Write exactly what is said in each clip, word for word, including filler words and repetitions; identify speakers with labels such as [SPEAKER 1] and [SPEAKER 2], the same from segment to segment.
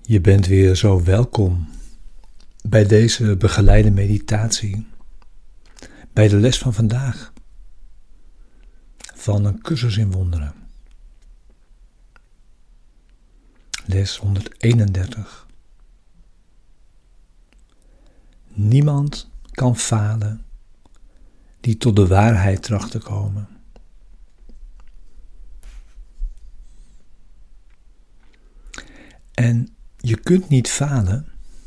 [SPEAKER 1] Je bent weer zo welkom bij deze begeleide meditatie, bij de les van vandaag, van een cursus in wonderen. Les honderdeenendertig. Niemand kan falen die tot de waarheid tracht te komen. En je kunt niet falen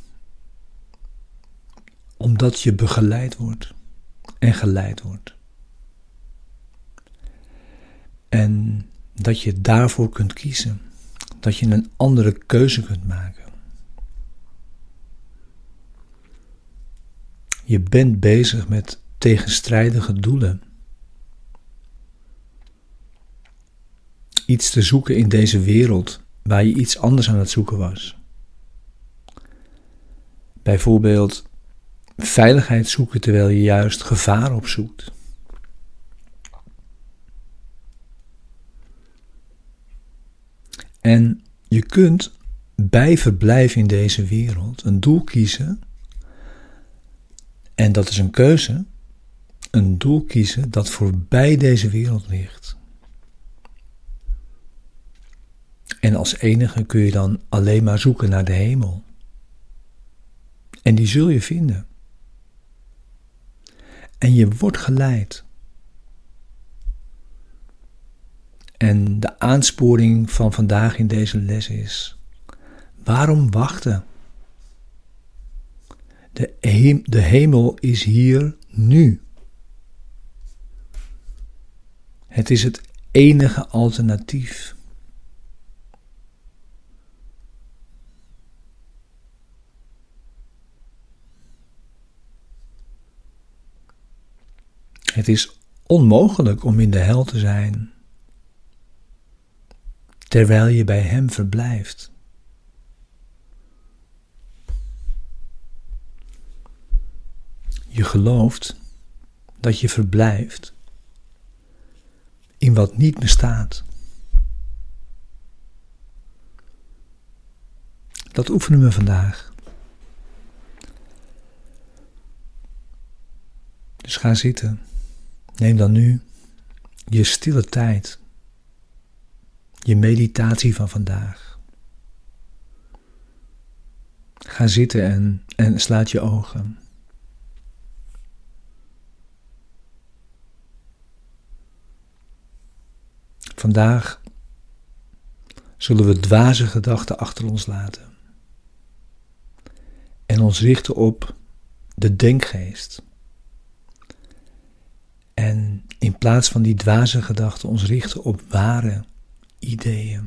[SPEAKER 1] omdat je begeleid wordt en geleid wordt. En dat je daarvoor kunt kiezen, dat je een andere keuze kunt maken. Je bent bezig met tegenstrijdige doelen. Iets te zoeken in deze wereld waar je iets anders aan het zoeken was. Bijvoorbeeld veiligheid zoeken terwijl je juist gevaar opzoekt. En je kunt bij verblijf in deze wereld een doel kiezen. En dat is een keuze. Een doel kiezen dat voorbij deze wereld ligt. En als enige kun je dan alleen maar zoeken naar de hemel. En die zul je vinden. En je wordt geleid. En de aansporing van vandaag in deze les is: waarom wachten? De, he- de hemel is hier nu. Het is het enige alternatief. Het is onmogelijk om in de hel te zijn terwijl je bij Hem verblijft. Je gelooft dat je verblijft in wat niet bestaat. Dat oefenen we vandaag. Dus ga zitten. Neem dan nu je stille tijd. Je meditatie van vandaag. Ga zitten en, en sluit je ogen. Vandaag zullen we dwaze gedachten achter ons laten. En ons richten op de denkgeest. En in plaats van die dwaze gedachten ons richten op ware ideeën.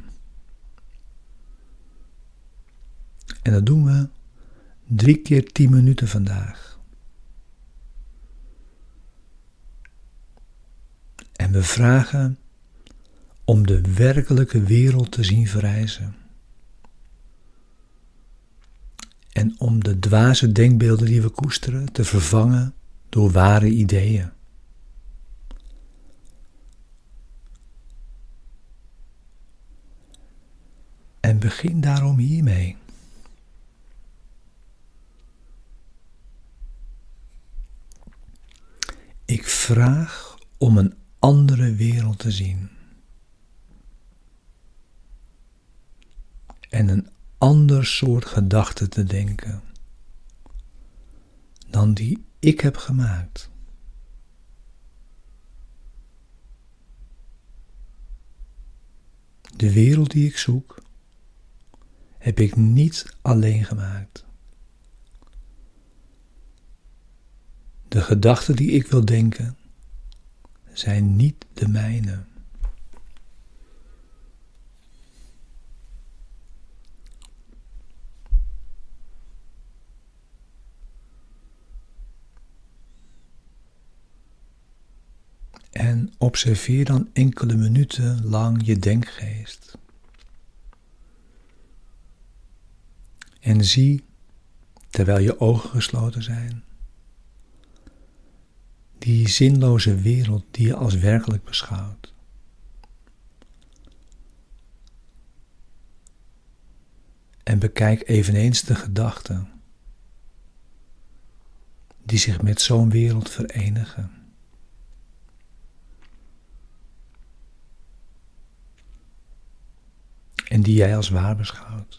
[SPEAKER 1] En dat doen we drie keer tien minuten vandaag. En we vragen om de werkelijke wereld te zien verrijzen. En om de dwaze denkbeelden die we koesteren te vervangen door ware ideeën. En begin daarom hiermee. Ik vraag om een andere wereld te zien. En een ander soort gedachten te denken dan die ik heb gemaakt. De wereld die ik zoek, heb ik niet alleen gemaakt. De gedachten die ik wil denken, zijn niet de mijne. En observeer dan enkele minuten lang je denkgeest. En zie, terwijl je ogen gesloten zijn, die zinloze wereld die je als werkelijk beschouwt. En bekijk eveneens de gedachten die zich met zo'n wereld verenigen. En die jij als waar beschouwt.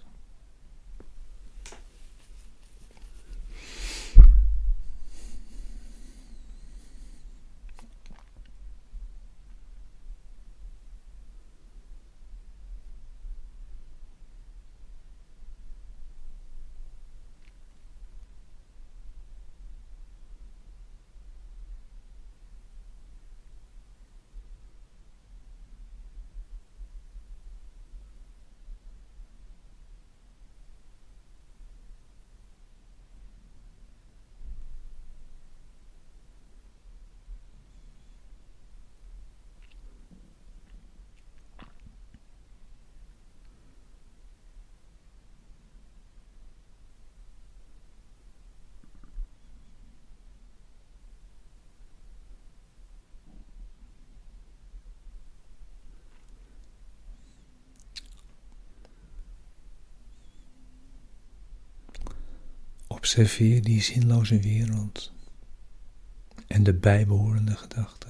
[SPEAKER 1] Observeer die zinloze wereld en de bijbehorende gedachten.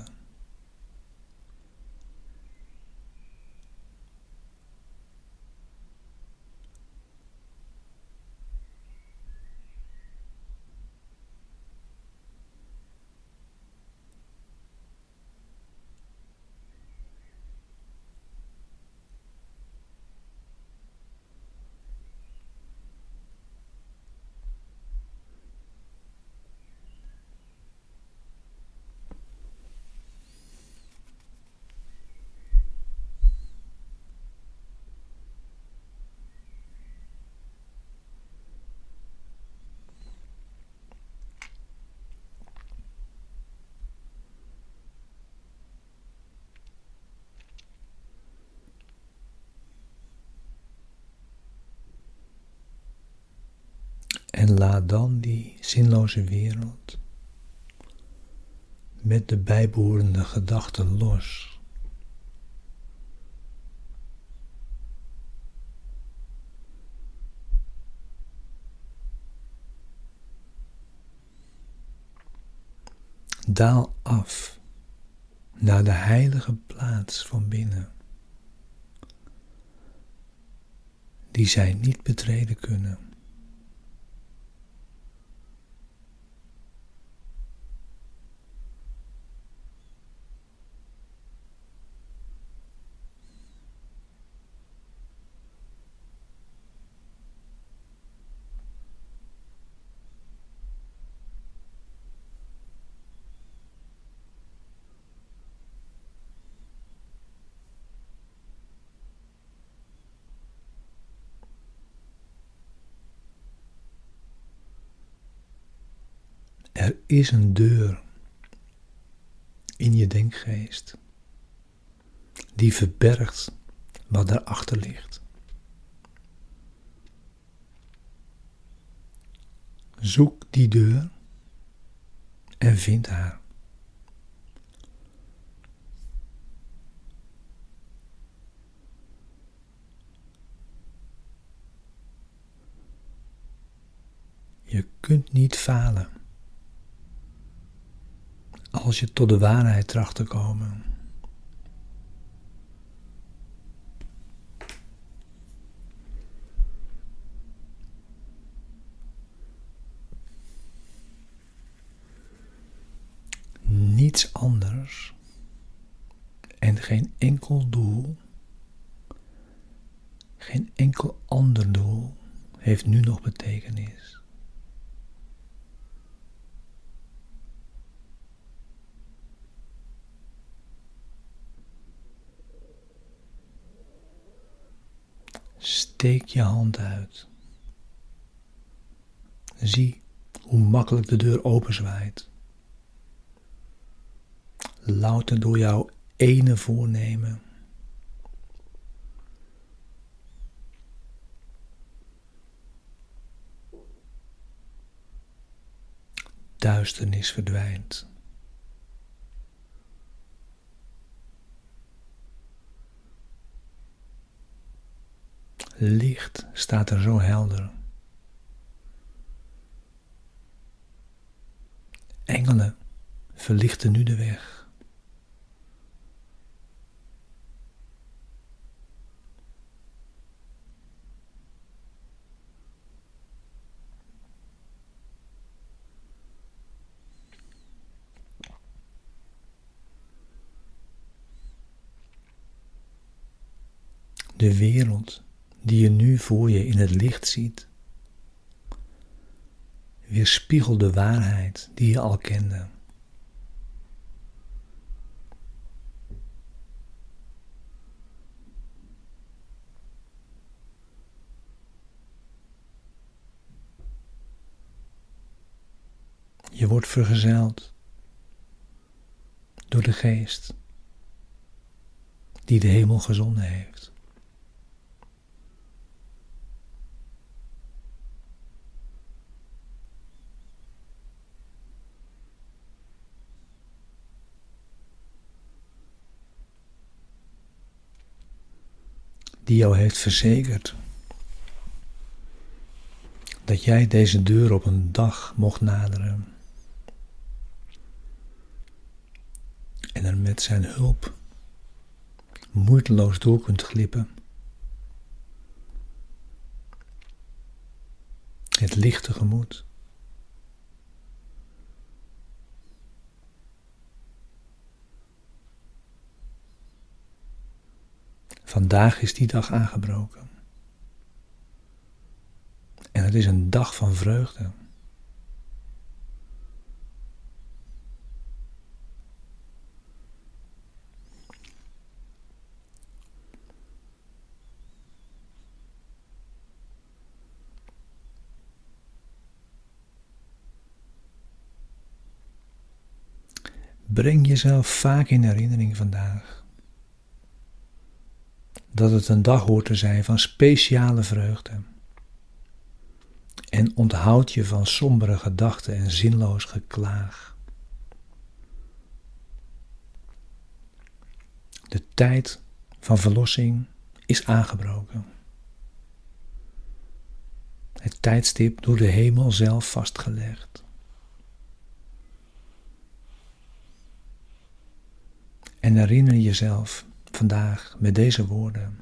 [SPEAKER 1] En laat dan die zinloze wereld met de bijbehorende gedachten los. Daal af naar de heilige plaats van binnen, die zij niet betreden kunnen. Er is een deur in je denkgeest die verbergt wat daarachter ligt. Zoek die deur en vind haar. Je kunt niet falen als je tot de waarheid tracht te komen. Niets anders en geen enkel doel, geen enkel ander doel heeft nu nog betekenis. Steek je hand uit. Zie hoe makkelijk de deur openzwaait. Louter door jouw ene voornemen. Duisternis verdwijnt. licht staat er zo helder. Engelen verlichten nu de weg. De wereld die je nu voor je in het licht ziet, weerspiegelt de waarheid die je al kende. Je wordt vergezeld door de geest die de hemel gezonden heeft. Die jou heeft verzekerd dat jij deze deur op een dag mocht naderen en er met zijn hulp moeiteloos door kunt glippen. Het licht tegemoet. Vandaag is die dag aangebroken. En het is een dag van vreugde. Breng jezelf vaak in herinnering vandaag dat het een dag hoort te zijn van speciale vreugde. En onthoud je van sombere gedachten en zinloos geklaag. De tijd van verlossing is aangebroken. Het tijdstip door de hemel zelf vastgelegd. En herinner jezelf vandaag met deze woorden.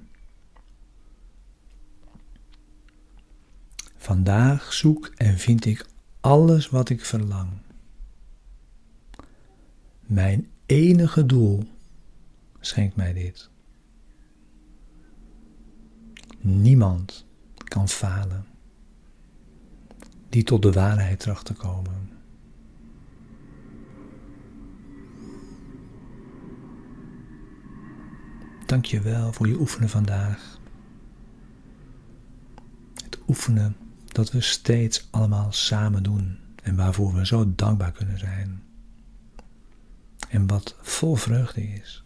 [SPEAKER 1] Vandaag zoek en vind ik alles wat ik verlang. Mijn enige doel schenkt mij dit. Niemand kan falen die tot de waarheid tracht te komen. Dank je wel voor je oefenen vandaag. Het oefenen dat we steeds allemaal samen doen en waarvoor we zo dankbaar kunnen zijn. En wat vol vreugde is.